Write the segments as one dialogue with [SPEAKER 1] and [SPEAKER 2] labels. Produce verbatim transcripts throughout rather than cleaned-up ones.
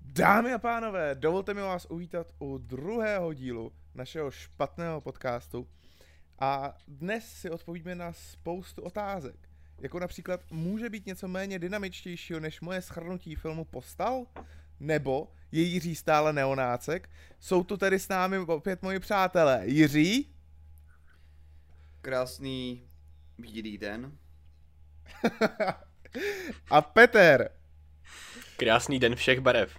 [SPEAKER 1] Dámy a pánové, dovolte mi vás uvítat u druhého dílu našeho špatného podcastu. A dnes si odpovíme na spoustu otázek. Jako například, může být něco méně dynamičtějšího než moje shrnutí filmu Postal? Nebo je Jiří stále neonácek? Jsou tu tedy s námi opět moji přátelé. Jiří?
[SPEAKER 2] Krásný bílý den.
[SPEAKER 1] A Petr?
[SPEAKER 3] Krásný den všech barev.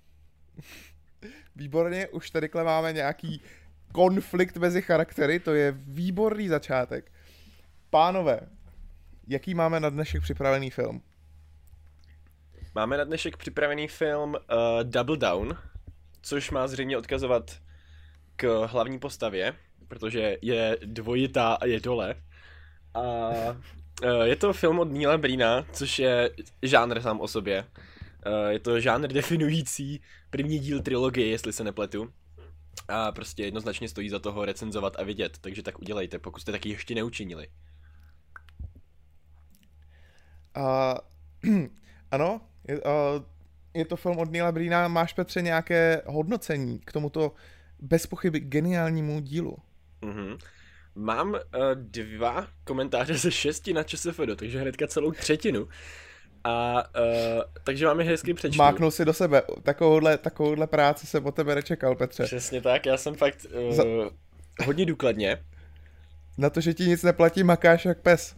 [SPEAKER 1] Výborně, už tady máme nějaký konflikt mezi charaktery, to je výborný začátek. Pánové, jaký máme na dnešek připravený film?
[SPEAKER 3] Máme na dnešek připravený film uh, Double Down, což má zřejmě odkazovat k hlavní postavě, protože je dvojitá a je dole. A uh, je to film od Neila Breena, což je žánr sám o sobě. Uh, je to žánr definující první díl trilogie, jestli se nepletu. A prostě jednoznačně stojí za toho recenzovat a vidět, takže tak udělejte, pokud jste taky ještě neučinili.
[SPEAKER 1] Uh, ano, je, uh, je to film od Neila Breena. Máš, Petře, nějaké hodnocení k tomuto bez pochyby geniálnímu dílu?
[SPEAKER 3] Mhm. Mám uh, dva komentáře ze šesti na ČSFD, takže hnedka celou třetinu. A uh, takže vám je hezky přečtu.
[SPEAKER 1] Máknul si do sebe. Takovouhle, takovouhle práci jsem od tebe nečekal, Petře.
[SPEAKER 3] Přesně tak, já jsem fakt uh, Za... hodně důkladně.
[SPEAKER 1] Na to, že ti nic neplatí, makáš jak pes.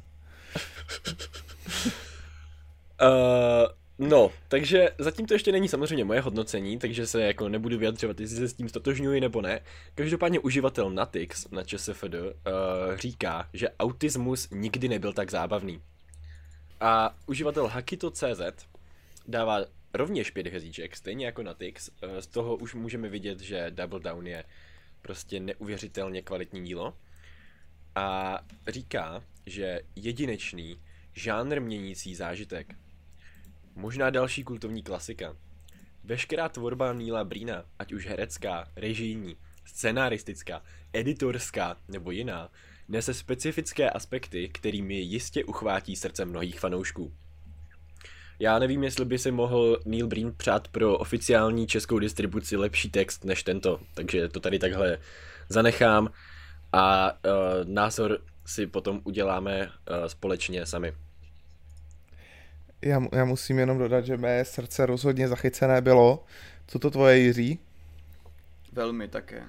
[SPEAKER 3] uh, no, takže zatím to ještě není samozřejmě moje hodnocení, takže se jako nebudu vyjadřovat, jestli se s tím stotožňuji nebo ne. Každopádně uživatel Natix na ČSFD uh, říká, že autismus nikdy nebyl tak zábavný. A uživatel Hakito tečka cé zet dává rovněž pět hvězdiček, stejně jako Natix. Z toho už můžeme vidět, že Double Down je prostě neuvěřitelně kvalitní dílo. A říká, že jedinečný, žánr měnící zážitek. Možná další kultovní klasika. Veškerá tvorba Neila Breena, ať už herecká, režijní, scenaristická, editorská nebo jiná, nese specifické aspekty, kterými jistě uchvátí srdce mnohých fanoušků. Já nevím, jestli by si mohl Neil Breen přát pro oficiální českou distribuci lepší text než tento, takže to tady takhle zanechám a uh, názor si potom uděláme uh, společně sami.
[SPEAKER 1] Já, já musím jenom dodat, že mé srdce rozhodně zachycené bylo. Co to tvoje, Jiří?
[SPEAKER 2] Velmi také.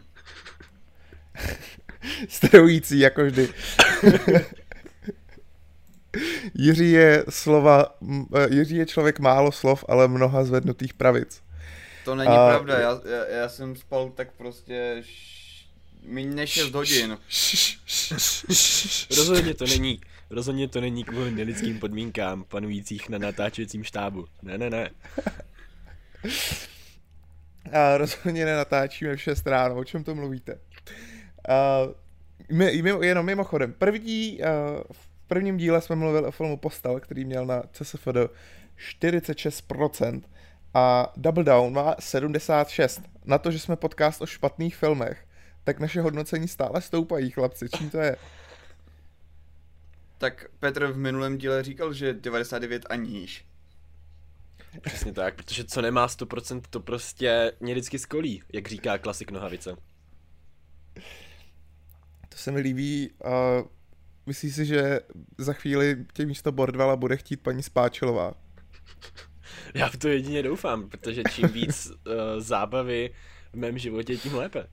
[SPEAKER 1] Strojící, jako vždy. Jiří je slova, Jiří je člověk málo slov, ale mnoha zvednutých pravic.
[SPEAKER 2] To není A... pravda, já, já, já jsem spal tak prostě š... méně než šest hodin.
[SPEAKER 3] Rozhodně to není, rozhodně to není kvůli nelidským podmínkám panujících na natáčecím štábu. Ne, ne, ne.
[SPEAKER 1] A rozhodně nenatáčíme v šest ráno, o čem to mluvíte? Uh, mimo, jenom mimochodem, první, uh, v prvním díle jsme mluvili o filmu Postal, který měl na ČSFD čtyřicet šest procent a Double Down má sedmdesát šest procent. Na to, že jsme podcast o špatných filmech, tak naše hodnocení stále stoupají, chlapci. Čím to je?
[SPEAKER 2] Tak Petr v minulém díle říkal, že devadesát devět a níž.
[SPEAKER 3] Přesně tak, protože co nemá sto procent, to prostě mě vždycky skolí, jak říká klasik Nohavice.
[SPEAKER 1] To se mi líbí. Uh, myslíš si, že za chvíli tě místo Bordvala bude chtít paní Spáčilová?
[SPEAKER 3] Já v to jedině doufám, protože čím víc uh, zábavy v mém životě, tím lépe.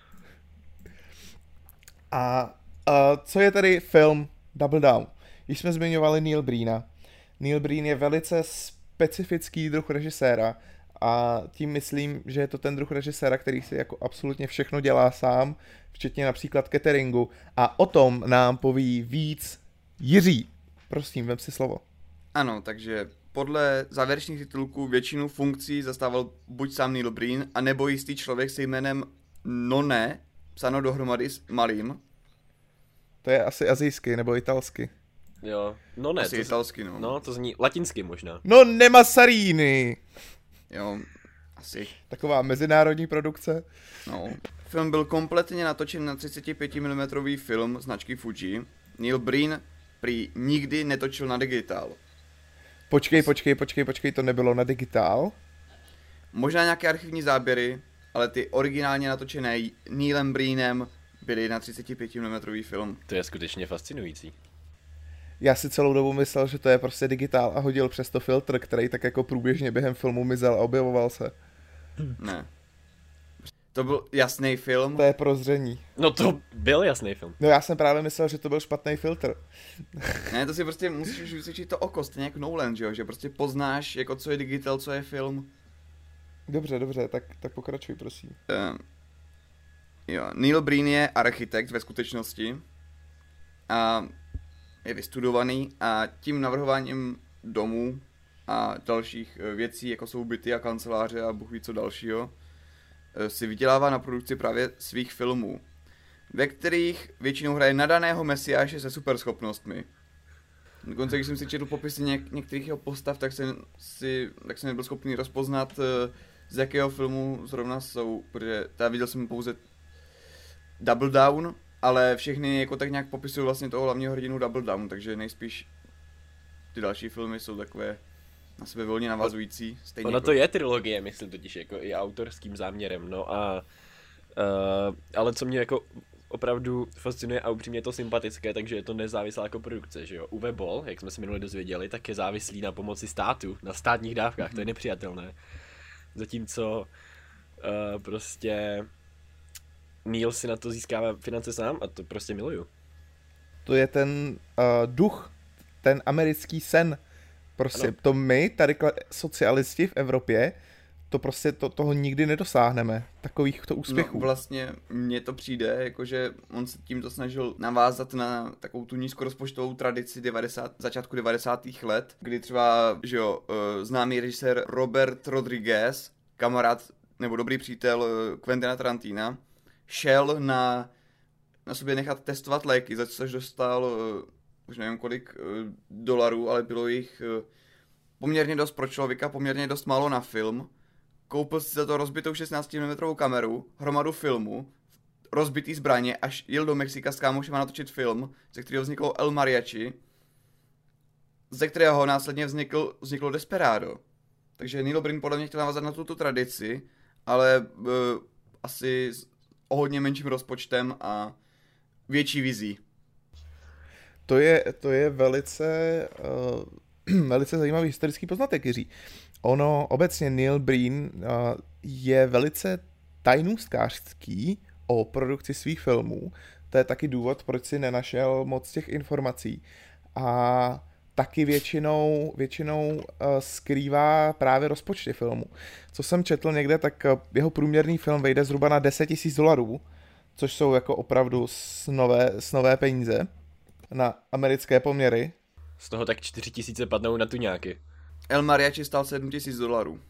[SPEAKER 1] A uh, co je tady film Double Down? Když jsme zmiňovali Neil Breena. Neil Breen je velice specifický druh režiséra a tím myslím, že je to ten druh režiséra, který si jako absolutně všechno dělá sám, včetně například cateringu, a o tom nám poví víc Jiří. Prosím, vem si slovo.
[SPEAKER 2] Ano, takže podle závěrečných titulků většinu funkcí zastával buď sám Neil Breen, anebo jistý člověk se jménem None, psáno dohromady s malým.
[SPEAKER 1] To je asi asijsky nebo italsky.
[SPEAKER 3] Jo, no ne.
[SPEAKER 2] Asi
[SPEAKER 3] to
[SPEAKER 2] italsky, no.
[SPEAKER 3] No, to zní latinsky možná.
[SPEAKER 1] No Nemasarini.
[SPEAKER 2] Jo, asi.
[SPEAKER 1] Taková mezinárodní produkce.
[SPEAKER 2] No. Film byl kompletně natočen na třicet pět milimetrů film značky Fuji. Neil Breen prý nikdy netočil na digitál.
[SPEAKER 1] Počkej, počkej, počkej, počkej, to nebylo na digitál?
[SPEAKER 2] možná nějaké archivní záběry, ale ty originálně natočené Neilem Breenem byly na třicet pět milimetrů film.
[SPEAKER 3] To je skutečně fascinující.
[SPEAKER 1] Já si celou dobu myslel, že to je prostě digitál a hodil přes to filtr, který tak jako průběžně během filmu mizel a objevoval se.
[SPEAKER 2] Ne. To byl jasný film.
[SPEAKER 1] To je prozření.
[SPEAKER 3] No to byl jasný film.
[SPEAKER 1] No já jsem právě myslel, že to byl špatný filtr.
[SPEAKER 2] Ne, to si prostě musíš vysvětšit to oko, stejně jako Nolan, že jo? Že prostě poznáš, jako co je digital, co je film.
[SPEAKER 1] Dobře, dobře, tak, tak pokračuj, prosím.
[SPEAKER 2] Um, jo, Neil Breen je architekt ve skutečnosti a je vystudovaný a tím navrhováním domů a dalších věcí, jako jsou byty a kanceláře a bůh ví co dalšího, si vydělává na produkci právě svých filmů, ve kterých většinou hraje nadaného mesiáše se superschopnostmi. Dokonce, když jsem si četl popisy něk- některých jeho postav, tak jsem, si, tak jsem nebyl schopný rozpoznat, z jakého filmu zrovna jsou, protože já viděl jsem pouze Double Down, ale všechny jako tak nějak popisují vlastně toho hlavního hrdinu Double Down, takže nejspíš ty další filmy jsou takové na sebe volně navazující.
[SPEAKER 3] Ona jako... to je trilogie, myslím totiž, jako i autorským záměrem, no a uh, ale co mě jako opravdu fascinuje a upřímně je to sympatické, takže je to nezávislá jako produkce, že jo. Uwe Boll, jak jsme si minule dozvěděli, tak je závislý na pomoci státu, na státních dávkách, to je nepřijatelné. Zatímco uh, prostě Neil si na to získává finance sám a to prostě miluju.
[SPEAKER 1] To je ten uh, duch, ten americký sen. Prostě ano. To my, tady socialisti v Evropě, to prostě to, toho nikdy nedosáhneme, takovýchto úspěchů.
[SPEAKER 2] No vlastně mně to přijde, jakože on se tímto snažil navázat na takovou tu nízkorozpočtovou tradici devadesátých začátku devadesátých let, kdy třeba, že jo, známý režisér Robert Rodriguez, kamarád nebo dobrý přítel Quentina Tarantina, šel na, na sobě nechat testovat léky, za což dostal už nevím kolik dolarů, ale bylo jich poměrně dost pro člověka, poměrně dost málo na film. Koupil si za to rozbitou šestnáct milimetrů kameru, hromadu filmu, rozbitý zbraně, až jel do Mexika s kámošema natočit film, ze kterého vzniklo El Mariachi, ze kterého následně vznikl, vzniklo Desperado. Takže Neil Breen podle mě chtěl navázat na tuto tradici, ale uh, asi s o hodně menším rozpočtem a větší vizí.
[SPEAKER 1] To je, to je velice, uh, velice zajímavý historický poznatek, Jiří. Ono, obecně Neil Breen uh, je velice tajnůstkářský o produkci svých filmů. To je taky důvod, proč si nenašel moc těch informací. A taky většinou, většinou uh, skrývá právě rozpočty filmu. Co jsem četl někde, tak uh, jeho průměrný film vejde zhruba na deset tisíc dolarů, což jsou jako opravdu snové, snové peníze na americké poměry.
[SPEAKER 3] Z toho tak čtyři tisíce padnou na tuňáky.
[SPEAKER 2] El Mariachi stál sedm tisíc dolarů.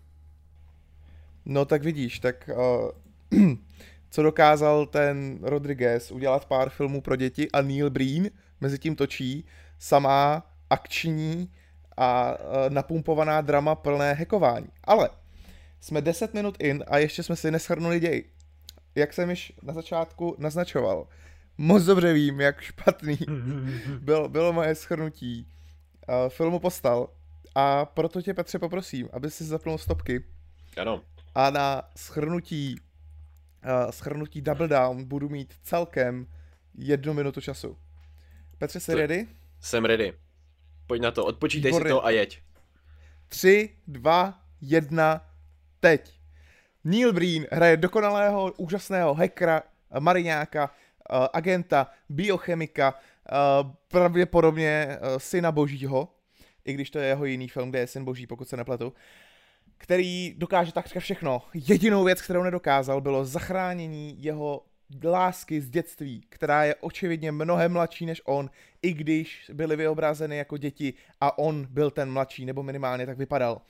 [SPEAKER 1] No tak vidíš, tak uh, co dokázal ten Rodriguez udělat pár filmů pro děti a Neil Breen mezi tím točí samá akční a uh, napumpovaná drama plné hackování. Ale jsme deset minut in a ještě jsme si neshrnuli děj. Jak jsem již na začátku naznačoval, moc dobře vím, jak špatný bylo, bylo moje shrnutí uh, filmu Postal a proto tě, Petře, poprosím, aby si zapnul stopky.
[SPEAKER 3] Ano.
[SPEAKER 1] A na shrnutí, uh, shrnutí Double Down budu mít celkem jednu minutu času. Petře, jsi ready?
[SPEAKER 3] Jsem ready. Pojď na to, odpočítej
[SPEAKER 1] Výborně.
[SPEAKER 3] Si to a jeď.
[SPEAKER 1] Tři, dva, jedna, teď. Neil Breen hraje dokonalého, úžasného hackera, mariňáka, agenta, biochemika, pravděpodobně syna božího, i když to je jeho jiný film, kde je syn boží, pokud se nepletu, který dokáže takřka všechno. Jedinou věc, kterou nedokázal, bylo zachránění jeho lásky z dětství, která je očividně mnohem mladší než on, i když byly vyobrazeny jako děti a on byl ten mladší, nebo minimálně tak vypadal.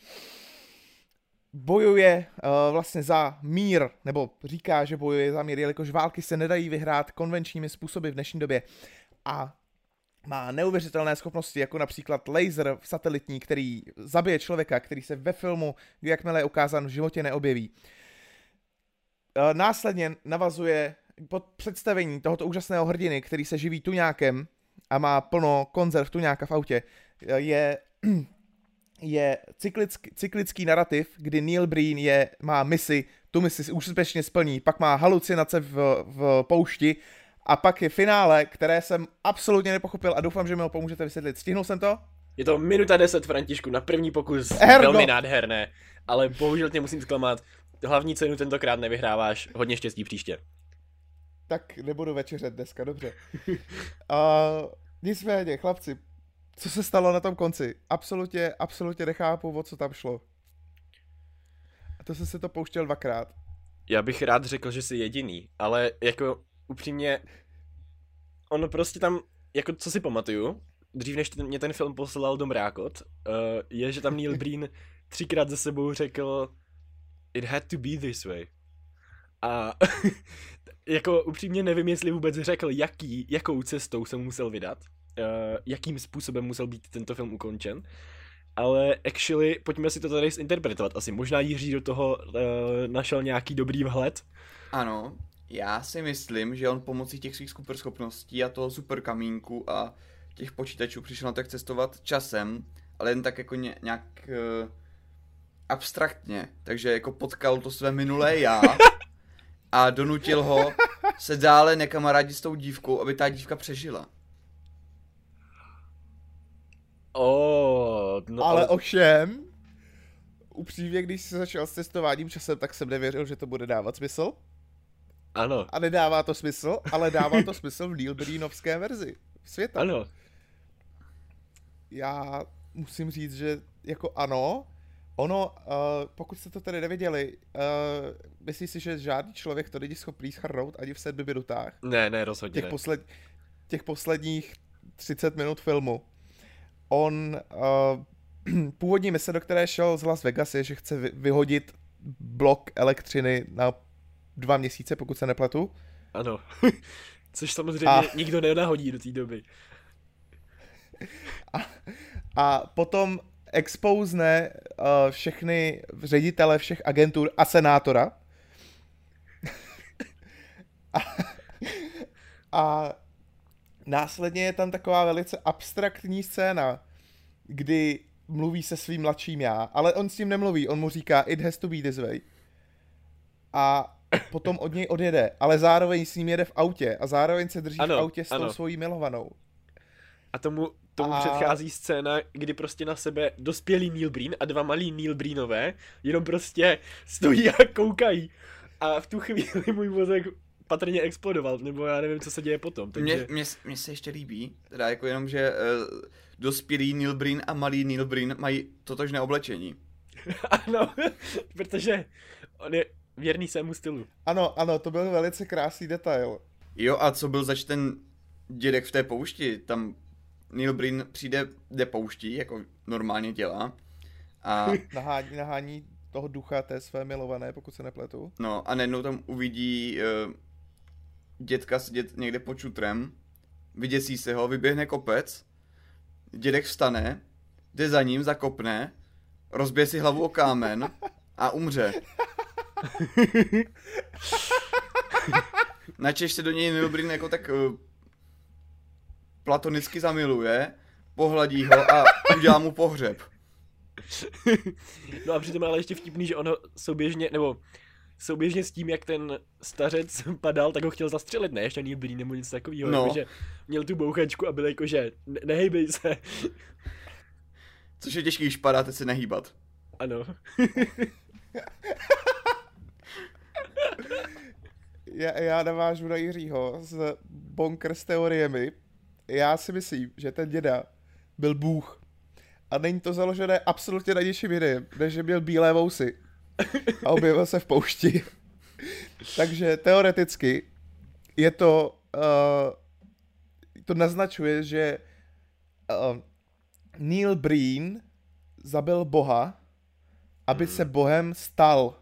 [SPEAKER 1] Bojuje uh, vlastně za mír, nebo říká, že bojuje za mír, jelikož války se nedají vyhrát konvenčními způsoby v dnešní době. A má neuvěřitelné schopnosti, jako například laser satelitní, který zabije člověka, který se ve filmu, jakmile je ukázán, v životě neobjeví. Uh, následně navazuje pod představení tohoto úžasného hrdiny, který se živí tuňákem a má plno konzerv tuňáka v autě, je je cyklický, cyklický narrativ, kdy Neil Breen je, má misi, tu misi úspěšně splní, pak má halucinace v, v poušti a pak je finále, které jsem absolutně nepochopil a doufám, že mi ho pomůžete vysvětlit. Stihnul jsem to?
[SPEAKER 3] Je to minuta deset, Františku, na první pokus
[SPEAKER 1] Ergo.
[SPEAKER 3] velmi nádherné, ale bohužel tě musím zklamat, hlavní cenu tentokrát nevyhráváš, hodně štěstí příště.
[SPEAKER 1] Tak nebudu večeřet dneska, dobře. uh, nicméně, chlapci, co se stalo na tom konci? Absolutně, absolutně nechápu, o co tam šlo. A to jsem se to pouštěl dvakrát.
[SPEAKER 3] Já bych rád řekl, že jsi jediný, ale jako upřímně, on prostě tam, jako co si pamatuju, dřív než ten, mě ten film poslal do mrákot, uh, je, že tam Neil Breen třikrát za sebou řekl "It had to be this way." A jako upřímně nevím, jestli vůbec řekl, jaký, jakou cestou se musel vydat, uh, jakým způsobem musel být tento film ukončen, ale actually, pojďme si to tady zinterpretovat. Asi možná Jiří do toho uh, našel nějaký dobrý vhled.
[SPEAKER 2] Ano, já si myslím, že on pomocí těch svých superschopností a toho super kamínku a těch počítačů přišel na tak cestovat časem, ale jen tak jako ně, nějak uh, abstraktně. Takže jako potkal to své minulé já a donutil ho se dále nekamarádit s tou dívkou, aby ta dívka přežila.
[SPEAKER 3] Oh, no,
[SPEAKER 1] ale,
[SPEAKER 3] ale
[SPEAKER 1] ovšem, upřímně, když jsi začal s testováním časem, tak jsem nevěřil, že to bude dávat smysl.
[SPEAKER 3] Ano.
[SPEAKER 1] A nedává to smysl, ale dává to smysl v Neil Breenovské verzi světa.
[SPEAKER 3] Ano.
[SPEAKER 1] Já musím říct, že jako ano, ono, uh, pokud jste to tady neviděli, uh, myslíš si, že žádný člověk to není schopný shrnout ani v sedmi minutách?
[SPEAKER 3] Ne, ne, rozhodně
[SPEAKER 1] těch,
[SPEAKER 3] ne.
[SPEAKER 1] posled, těch posledních třicet minut filmu. On, uh, původní mise, do které šel z Las Vegas, je, že chce vy, vyhodit blok elektřiny na dva měsíce, pokud se nepletu.
[SPEAKER 3] Ano. Což samozřejmě
[SPEAKER 1] A-
[SPEAKER 3] nikdo nenahodí do té doby.
[SPEAKER 1] A, a potom expouzne uh, všechny ředitele všech agentur a senátora. a, a následně je tam taková velice abstraktní scéna, kdy mluví se svým mladším já, ale on s tím nemluví, on mu říká "It has to be this way." A potom od něj odjede, ale zároveň s ním jede v autě a zároveň se drží
[SPEAKER 3] Ano,
[SPEAKER 1] v autě s tou
[SPEAKER 3] ano.
[SPEAKER 1] svojí milovanou.
[SPEAKER 3] A tomu, tomu
[SPEAKER 1] A-
[SPEAKER 3] předchází scéna, kdy prostě na sebe dospělý Neil Breen a dva malí Neil Breenové jenom prostě stojí a koukají. A v tu chvíli můj mozek patrně explodoval, nebo já nevím, co se děje potom. Takže...
[SPEAKER 2] Mně, mně, mně se ještě líbí, teda jako jenom, že uh, dospělý Neil Breen a malý Neil Breen mají totožné oblečení.
[SPEAKER 3] Ano, protože on je věrný svému stylu.
[SPEAKER 1] Ano, ano, to byl velice krásný detail.
[SPEAKER 2] Jo, a co byl zač ten dědek v té poušti? Tam Neil Breen přijde, jde pouští, jako normálně dělá. A
[SPEAKER 1] Nahání, nahání toho ducha té své milované, pokud se nepletu.
[SPEAKER 2] no a najednou tam uvidí uh, dětka sedět někde pod šutrem, vyděsí se ho, vyběhne kopec, dědek vstane, jde za ním, zakopne, rozbije si hlavu o kámen a umře. Načež se do něj Neil Breen jako tak uh, platonicky zamiluje, pohladí ho a udělá mu pohřeb.
[SPEAKER 3] No a přitom ale ještě vtipný, že ono souběžně, nebo souběžně s tím, jak ten stařec padal, tak ho chtěl zastřelit, ne? Ještě Neil Breen nebo něco takového,
[SPEAKER 2] No.
[SPEAKER 3] jakože měl tu bouchačku a byl jakože, ne- nehejbej se.
[SPEAKER 2] Což je těžký, když padáte se nehýbat.
[SPEAKER 3] Ano.
[SPEAKER 1] Já, já navážu na Jiřího s Bonker s teoriemi. Já si myslím, že ten děda byl bůh. A není to založené absolutně na ničem jiném, než že měl bílé vousy. A objevil se v poušti. Takže teoreticky je to, uh, to naznačuje, že uh, Neil Breen zabil Boha, aby se Bohem stal.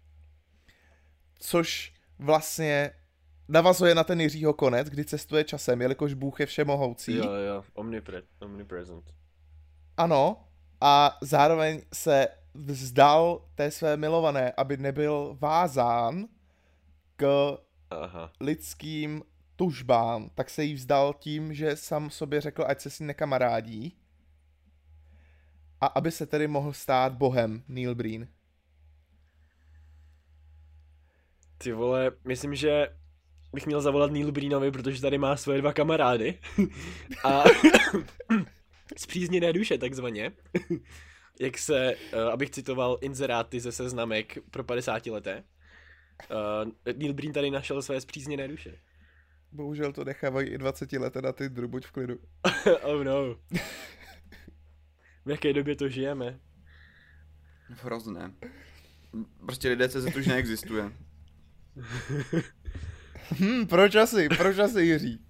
[SPEAKER 1] Což vlastně navazuje na ten Jiřího konec, kdy cestuje časem, jelikož Bůh je všemohoucí.
[SPEAKER 3] Jo, jo, omnipre- omnipresent.
[SPEAKER 1] Ano, a zároveň se vzdal té své milované, aby nebyl vázán k
[SPEAKER 3] Aha.
[SPEAKER 1] lidským tužbám, tak se jí vzdal tím, že sám sobě řekl, ať se s ní nekamarádí. A aby se tedy mohl stát bohem Neil Breen.
[SPEAKER 3] Ty vole, myslím, že bych měl zavolat Neil Breenovi, protože tady má svoje dva kamarády. A zpřízněné duše, takzvaně. Jak se, uh, abych citoval inzeráty ze seznamek pro padesátileté. Uh, Neil Breen tady našel své zpřízněné duše.
[SPEAKER 1] Bohužel to nechávají i dvacetileté na ty buď v klidu.
[SPEAKER 3] Oh no. V jaké době to žijeme?
[SPEAKER 2] Hrozné. Prostě lidé C Z už neexistuje.
[SPEAKER 1] Hmm, proč asi? Proč asi, Jiří?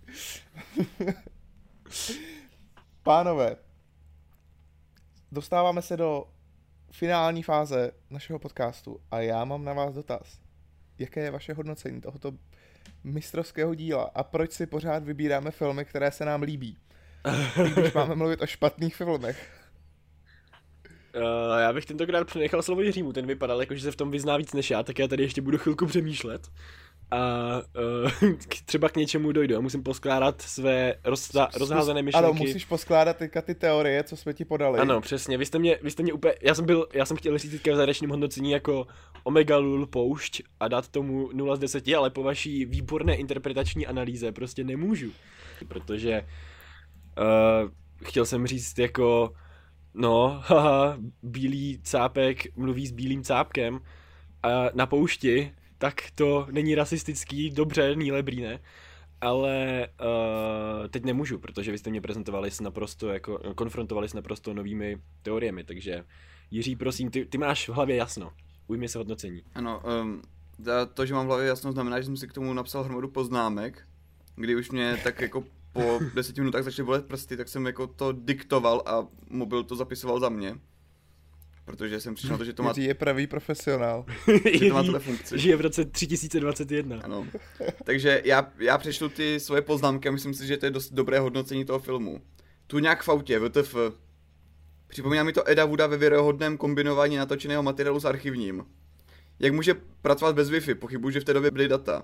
[SPEAKER 1] Pánové, dostáváme se do finální fáze našeho podcastu a já mám na vás dotaz. Jaké je vaše hodnocení tohoto mistrovského díla a proč si pořád vybíráme filmy, které se nám líbí? Když máme mluvit o špatných filmech.
[SPEAKER 3] Uh, já bych tentokrát přenechal slovo Jiřímu, ten vypadal jako, že se v tom vyzná víc než já, tak já tady ještě budu chvilku přemýšlet. A uh, třeba k něčemu dojdu, já musím poskládat své rozza- rozházené myšlenky.
[SPEAKER 1] Ano, musíš poskládat teďka ty teorie, co jsme ti podali.
[SPEAKER 3] Ano, přesně, vy jste mě, vy jste mě úplně, já jsem byl, já jsem chtěl říct teďka v závěrečném hodnocení jako Omega Lul poušť a dát tomu nula z deseti, ale po vaší výborné interpretační analýze prostě nemůžu. Protože uh, chtěl jsem říct jako, no, haha, bílý cápek mluví s bílým cápkem a na poušti, tak to není rasistický, dobře, Neile Breene, ale uh, teď nemůžu, protože vy jste mě prezentovali s naprosto, jako, konfrontovali s naprosto novými teoriemi, takže Jiří, prosím, ty, ty máš v hlavě jasno, ujmi se hodnocení.
[SPEAKER 2] Ano, um, to, že mám v hlavě jasno, znamená, že jsem si k tomu napsal hromadu poznámek, kdy už mě tak jako po deseti minutách začaly bolet prsty, tak jsem jako to diktoval a mobil to zapisoval za mě. Protože jsem přišel na to, že to má...
[SPEAKER 1] Jiří je pravý profesionál.
[SPEAKER 2] že to má tuhle funkci.
[SPEAKER 3] Žije v roce tři tisíce dvacet jedna.
[SPEAKER 2] Ano. Takže já, já přečtu ty svoje poznámky a myslím si, že to je dost dobré hodnocení toho filmu. Tu nějak v autě, W T F. Připomíná mi to Eda Wooda ve věrohodném kombinování natočeného materiálu s archivním. Jak může pracovat bez Wi-Fi? Pochybuji, že v té době byly data.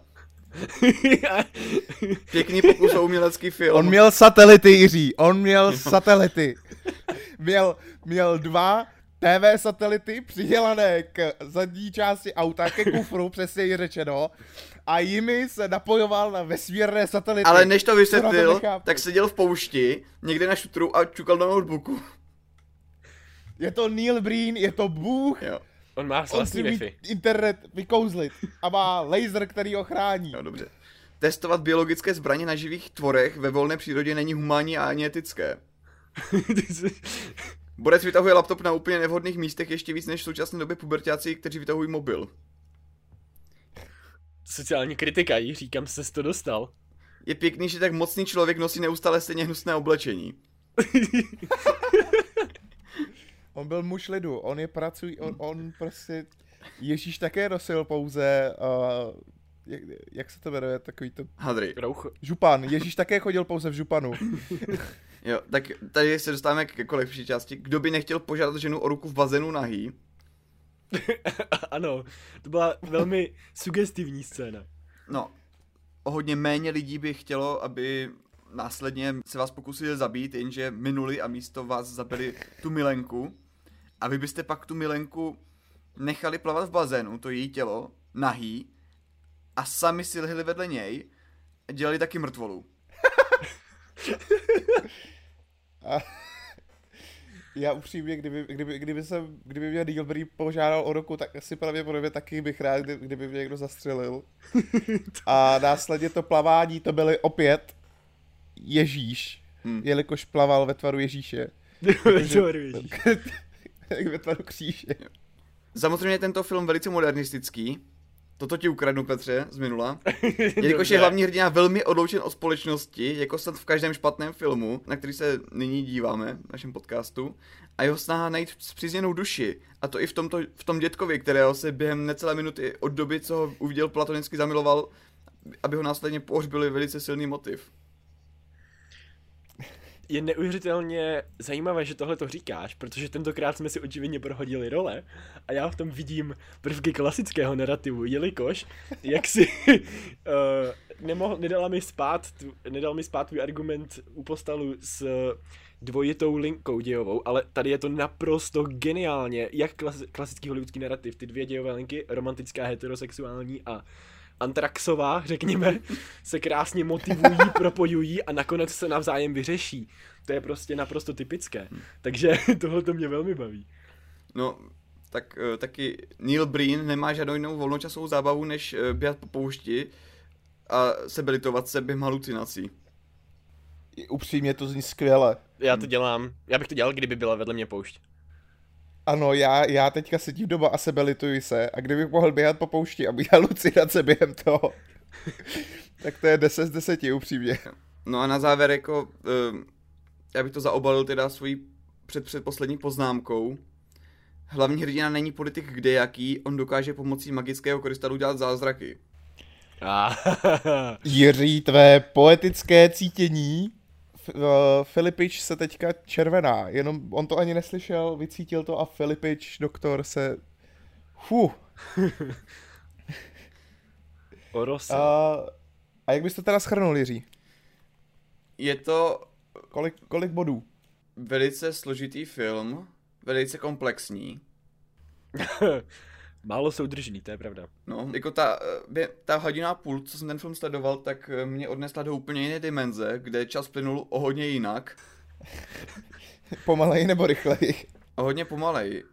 [SPEAKER 2] Pěkný pokus o umělecký film.
[SPEAKER 1] On měl satelity, Jiří, on měl satelity. Měl, měl dva T V satelity přidělané k zadní části auta, ke kufru, přesně řečeno, a jimi se napojoval na vesmírné satelity.
[SPEAKER 2] Ale než to vysvětlil,
[SPEAKER 1] to
[SPEAKER 2] tak seděl v poušti, někde na šutru a čukal do notebooku.
[SPEAKER 1] Je to Neil Breen, je to bůh.
[SPEAKER 2] Jo.
[SPEAKER 3] On má
[SPEAKER 1] On
[SPEAKER 3] vlastní
[SPEAKER 1] si
[SPEAKER 3] Wi-Fi.
[SPEAKER 1] internet vykouzlit a má laser, který ho chrání.
[SPEAKER 2] No dobře. Testovat biologické zbraně na živých tvorech ve volné přírodě není humánní a ani etické. Borec vytahuje laptop na úplně nevhodných místech ještě víc než v současné době puberťáci, kteří vytahují mobil.
[SPEAKER 3] Sociální kritika, Jiří, kam ses to dostal?
[SPEAKER 2] Je pěkný, že tak mocný člověk nosí neustále stejně hnusné oblečení.
[SPEAKER 1] On byl muž lidu, on je pracují, on, on prostě, Ježíš také nosil pouze, uh, jak, jak se to jmenuje, takový to...
[SPEAKER 2] Hadry.
[SPEAKER 3] Rouch.
[SPEAKER 1] Župan, Ježíš také chodil pouze v županu.
[SPEAKER 2] Jo, tak tady se dostáváme k lepší části. Kdo by nechtěl požádat ženu o ruku v bazénu nahý?
[SPEAKER 3] Ano, to byla velmi sugestivní scéna.
[SPEAKER 2] No, o hodně méně lidí by chtělo, aby následně se vás pokusili zabít, jenže minuli a místo vás zabili tu milenku. A vy byste pak tu milenku nechali plavat v bazénu, to její tělo, nahý, a sami si lehli vedle něj a dělali taky mrtvolu.
[SPEAKER 1] A já upřímně, kdyby, kdyby, kdyby, jsem, kdyby mě Neil Breen požádal o ruku, tak asi pravděpodobně taky bych rád, kdy, kdyby mě někdo zastřelil. A následně to plavání, to byly opět Ježíš, hmm. jelikož plaval ve tvaru Ježíše. Ve tvaru kříže.
[SPEAKER 2] Samozřejmě tento film velice modernistický. Toto ti ukradnu, Petře, z minula. Jelikož je hlavní hrdina velmi odloučen od společnosti, jako snad v každém špatném filmu, na který se nyní díváme v našem podcastu, a jeho snaha najít spřízněnou duši, a to i v, tomto, v tom dětkovi, kterého se během necelé minuty od doby, co ho uviděl, platonicky zamiloval, aby ho následně pohřbili, velice silný motiv.
[SPEAKER 3] je neuvěřitelně zajímavé, že tohle to říkáš, protože tentokrát jsme si očividně prohodili role a já v tom vidím prvky klasického narrativu, jelikož jak si uh, nemohl, nedala mi spát, tu, nedal mi spát tvůj argument u postalu s dvojitou linkou dějovou, ale tady je to naprosto geniálně, jak klas, klasický hollywoodský narrativ, ty dvě dějové linky, romantická, heterosexuální a antraxová, řekněme, se krásně motivují, propojují a nakonec se navzájem vyřeší. To je prostě naprosto typické. Takže tohle to mě velmi baví.
[SPEAKER 2] No, tak uh, taky Neil Breen nemá žádnou jinou volnočasovou zábavu, než uh, běhat po poušti a sebelitovat se během halucinací.
[SPEAKER 1] Upřímně to zní skvěle.
[SPEAKER 3] Já to dělám, já bych to dělal, kdyby byla vedle mě poušť.
[SPEAKER 1] Ano, já, já teďka sedím doma a sebelituji se a kdybych mohl běhat po poušti a mít halucinace během toho, tak to je deset z deseti, upřímně.
[SPEAKER 2] No a na závěr jako, uh, já bych to zaobalil teda svojí před, předposlední poznámkou. Hlavní hrdina není politik kdejaký, on dokáže pomocí magického krystalu dělat zázraky.
[SPEAKER 1] Jiří, tvé poetické cítění, Filipič se teďka červená, jenom on to ani neslyšel, vycítil to a Filipič, doktor, se... Fuh.
[SPEAKER 3] Orosel.
[SPEAKER 1] A, a jak bys to teda shrnul, Jiří?
[SPEAKER 2] Je to...
[SPEAKER 1] Kolik, kolik bodů?
[SPEAKER 2] Velice složitý film, velice komplexní.
[SPEAKER 3] Málo soudržný, to je pravda.
[SPEAKER 2] No, jako ta, ta hodina a půl, co jsem ten film sledoval, tak mě odnesla do úplně jiné dimenze, kde čas plynul o hodně jinak.
[SPEAKER 1] Pomalej nebo rychleji?
[SPEAKER 2] O hodně pomalej.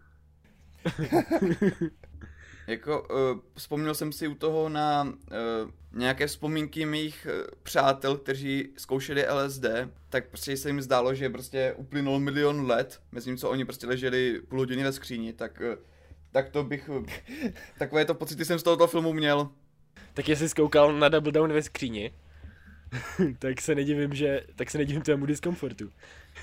[SPEAKER 2] Jako, uh, vzpomněl jsem si u toho na uh, nějaké vzpomínky mých uh, přátel, kteří zkoušeli L S D, tak prostě se jim zdálo, že prostě uplynul milion let, mezi tím, co oni prostě leželi půl hodiny ve skříni, tak... Uh, tak to bych, takové to pocity jsem z tohoto filmu měl.
[SPEAKER 3] Tak jestli zkoukal na Double Down ve skříni, tak se nedivím, že, tak se nedivím tvému diskomfortu.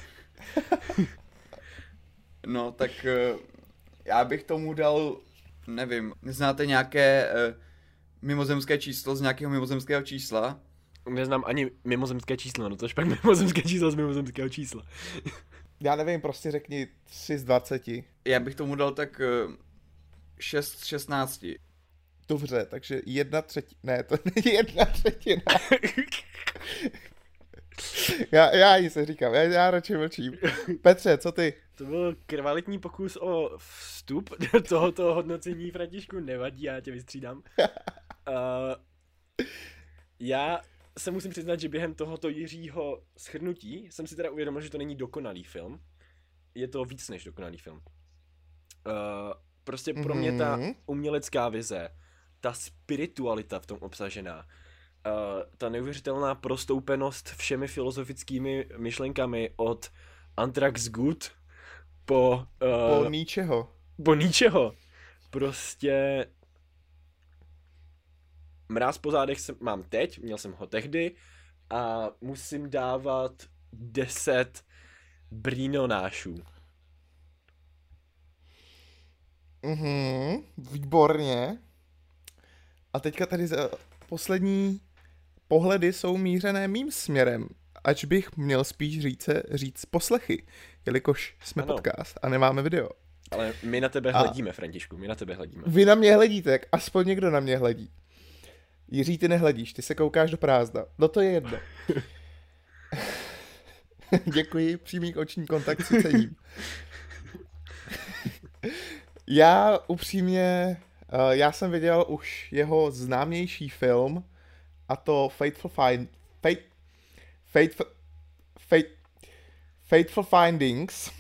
[SPEAKER 2] No, tak já bych tomu dal, nevím, neznáte nějaké uh, mimozemské číslo z nějakého mimozemského čísla?
[SPEAKER 3] Neznám ani mimozemské číslo, no tož pak mimozemské číslo z mimozemského čísla.
[SPEAKER 1] Já nevím, prostě řekni tři z dvaceti.
[SPEAKER 2] Já bych tomu dal tak uh, šest z šestnácti.
[SPEAKER 1] Dobře, takže jedna třetina, ne, to není jedna třetina. já, já jí se říkám, já, já radši mlčím. Petře, co ty?
[SPEAKER 3] To byl kvalitní pokus o vstup do tohoto hodnocení, Františku, nevadí, já tě vystřídám. Uh, já se musím přiznat, že během tohoto Jiřího shrnutí jsem si teda uvědomil, že to není dokonalý film. Je to víc než dokonalý film. Uh, prostě pro mě ta umělecká vize, ta spiritualita v tom obsažená, uh, ta neuvěřitelná prostoupenost všemi filozofickými myšlenkami od Anthrax Good po... Uh,
[SPEAKER 1] po ničeho.
[SPEAKER 3] Po ničeho. Prostě... Mráz po zádech jsem, mám teď, měl jsem ho tehdy a musím dávat deset brýnonášů.
[SPEAKER 1] Mhm, výborně. A teďka tady za poslední pohledy jsou mířené mým směrem, ač bych měl spíš říct, říct poslechy, jelikož jsme ano. podcast a nemáme video.
[SPEAKER 3] Ale my na tebe
[SPEAKER 1] a
[SPEAKER 3] hledíme, Františku, my na tebe hledíme.
[SPEAKER 1] Vy na mě hledíte, jak aspoň někdo na mě hledí. Jiří, ty nehledíš, ty se koukáš do prázdna. No to je jedno. Děkuji, přímý oční kontakt si cením. Já upřímně, uh, já jsem viděl už jeho známější film, a to Fateful Find... Fate, Fateful... Fate, Fateful Findings,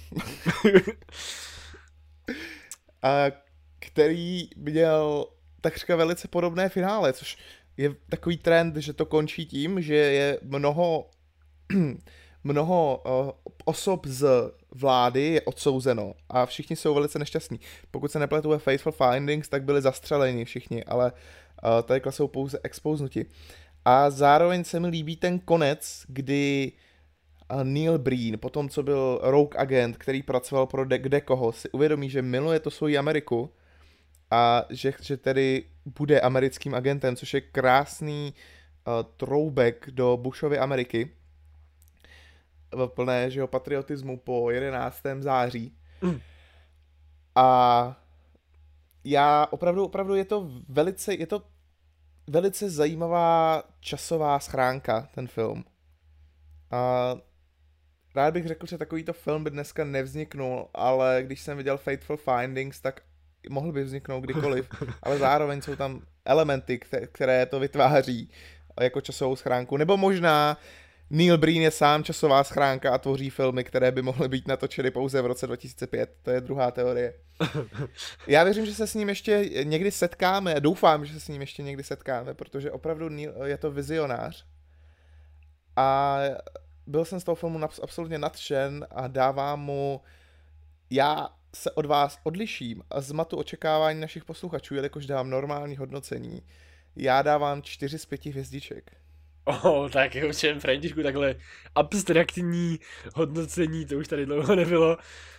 [SPEAKER 1] uh, který měl takřka velice podobné finále, což je takový trend, že to končí tím, že je mnoho, mnoho uh, osob z vlády je odsouzeno a všichni jsou velice nešťastní. Pokud se nepletu ve Fateful Findings, tak byli zastřeleni všichni, ale uh, tady jsou pouze expoznuti. A zároveň se mi líbí ten konec, kdy uh, Neil Breen, potom co byl rogue agent, který pracoval pro de- kde koho, si uvědomí, že miluje to svoji Ameriku, a že, že tedy bude americkým agentem, což je krásný uh, throwback do Bushovy Ameriky. plné, že jo, patriotismu po jedenáctého září.
[SPEAKER 3] Mm.
[SPEAKER 1] A já opravdu, opravdu je to velice, je to velice zajímavá časová schránka, ten film. A rád bych řekl, že takovýto film by dneska nevzniknul, ale když jsem viděl Fateful Findings, tak mohl by vzniknout kdykoliv, ale zároveň jsou tam elementy, které to vytváří jako časovou schránku. Nebo možná Neil Breen je sám časová schránka a tvoří filmy, které by mohly být natočeny pouze v roce dva tisíce pět. To je druhá teorie. Já věřím, že se s ním ještě někdy setkáme, doufám, že se s ním ještě někdy setkáme, protože opravdu Neil je to vizionář. A byl jsem z toho filmu absolutně nadšen a dávám mu... Já se od vás odliším a zmatu očekávání našich posluchačů, jelikož dávám normální hodnocení. Já dávám čtyři z pěti hvězdiček.
[SPEAKER 3] Oh, tak jo, čem, Františku, takhle abstraktní hodnocení, to už tady dlouho nebylo.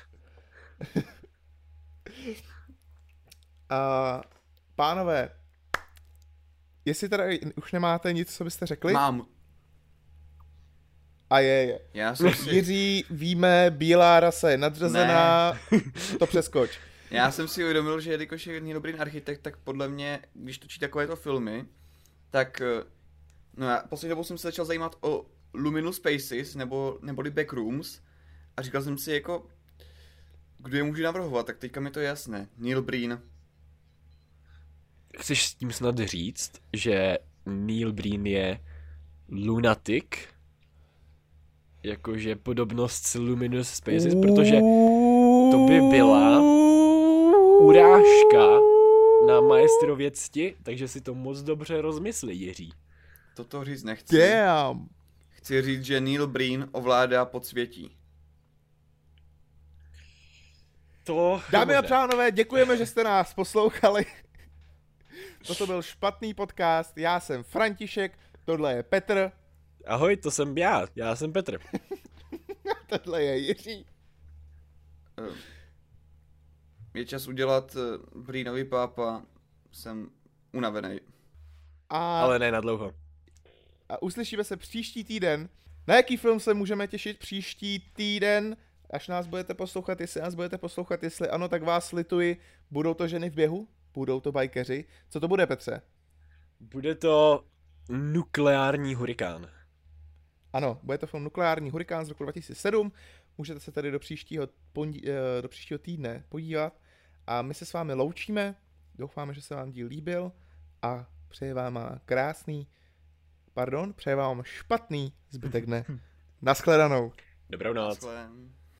[SPEAKER 1] A pánové, jestli teda už nemáte nic, co byste řekli?
[SPEAKER 2] Mám.
[SPEAKER 1] A je, je.
[SPEAKER 2] Já jsem si...
[SPEAKER 1] Jiří, víme, bílá rasa je nadřazená, to přeskoč.
[SPEAKER 2] Já jsem si uvědomil, že jelikož je Neil Breen architekt, tak podle mě, když točí takovéto filmy, tak no já poslední dobou jsem se začal zajímat o Luminous Spaces, nebo, neboli Backrooms, a říkal jsem si jako, kdo je může navrhovat, tak teďka mi to je jasné. Neil Breen.
[SPEAKER 3] Chceš s tím snad říct, že Neil Breen je lunatic? Jakože podobnost s Luminous Spaces, protože to by byla urážka na maestrově cti, takže si to moc dobře rozmyslí, Jiří.
[SPEAKER 2] Toto říct nechci.
[SPEAKER 1] Damn.
[SPEAKER 2] Chci říct, že Neil Breen ovládá podsvětí.
[SPEAKER 3] To...
[SPEAKER 1] Dámy a pánové, děkujeme, že jste nás poslouchali. Toto byl špatný podcast, já jsem František, tohle je Petr.
[SPEAKER 3] Ahoj, to jsem já, já jsem Petr.
[SPEAKER 1] Tohle je Jiří.
[SPEAKER 2] Je čas udělat Breenový pápa, jsem unavený.
[SPEAKER 1] A,
[SPEAKER 3] Ale ne na dlouho.
[SPEAKER 1] a uslyšíme se příští týden. Na jaký film se můžeme těšit příští týden, až nás budete poslouchat, jestli nás budete poslouchat, jestli ano, tak vás lituji. Budou to ženy v běhu? Budou to bajkeři? Co to bude, Petře?
[SPEAKER 3] Bude to nukleární hurikán.
[SPEAKER 1] Ano, bude to film Nukleární hurikán z roku dva tisíce sedm. Můžete se tady do příštího, pondí, do příštího týdne podívat. A my se s vámi loučíme. Doufáme, že se vám díl líbil. A přeji vám krásný, pardon, přeji vám špatný zbytek dne. Naschledanou.
[SPEAKER 3] Dobrou noc.
[SPEAKER 2] Naschle.